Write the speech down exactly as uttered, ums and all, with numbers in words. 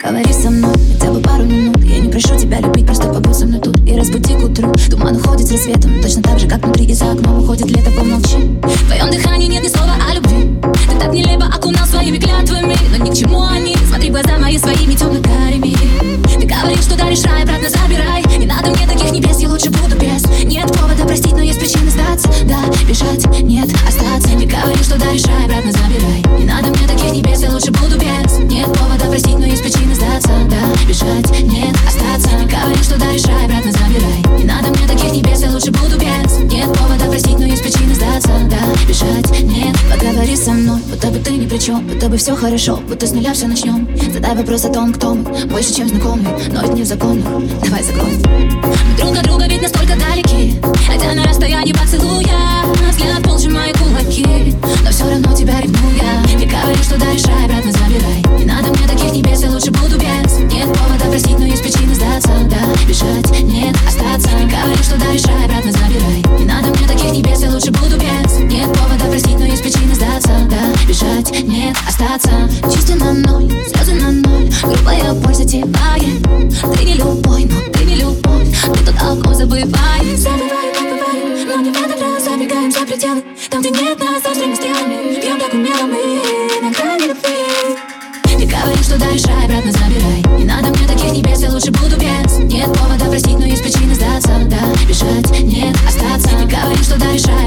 Говори со мной хотя бы пару минут. Я не прошу тебя любить, просто побудь со мной тут и разбуди к утру. Туман уходит с рассветом, точно так же, как внутри и за окном уходит лето, помолчи. В твоем дыхании нет ни слова о любви. Ты так нелепо окунал своими клятвами, но ни к чему они. Смотри в глаза мои своими темно-карими. Ты говоришь, что даришь рай, обратно забирай. Не надо мне таких небес, я лучше буду без. Нет повода простить, но есть причины сдаться. Да, бежать, нет, остаться. Ты говоришь, что даришь рай, обратно забирай. Не надо мне таких небес, я лучше буду без. Нет повода простить, но есть причины сдаться. Да, бежать, нет, остаться. Ты говоришь, что даришь рай, обратно забирай. Не надо мне таких небес, я лучше буду без. Нет повода простить, но есть причины сдаться. Да, бежать, нет. Поговори со мной, будто бы ты ни при чем, будто бы все хорошо, будто с нуля все начнем. Задай вопрос о том, кто мы, больше, чем знакомы, но это не в законах. Давай закроем. Мы друг от друга ведь настолько далеки, хотя на расстоянии поцелуя. Взгляд пол сжимает кулаки, но все равно тебя ревную я. Ты говоришь, что даришь рай, обратно забирай. Не надо мне таких небес, я лучше буду без. Нет повода простить, но есть причины сдаться. Да, бежать, нет, остаться. Ты говоришь, что даришь рай, обратно забирай. Не надо мне таких небес, я лучше буду без. Нет повода простить, но есть причины сдаться. Да, бежать, нет, остаться. Чувства на ноль, слезы на ноль, грубая боль затевает. Ты не любой, но ты не любовь. Ты тот, о ком забывай. Забываю, как бывает, но не в этот раз забегаем за пределы. Там, где нет нас, за всеми стрелами. Пьем так умело мы, на грани любви. Ты говоришь, что даришь рай, обратно забирай. Не надо мне таких небес, я лучше буду без. Нет повода простить, но есть причины сдаться. Да, бежать, нет, остаться. Ты говоришь, что даришь рай,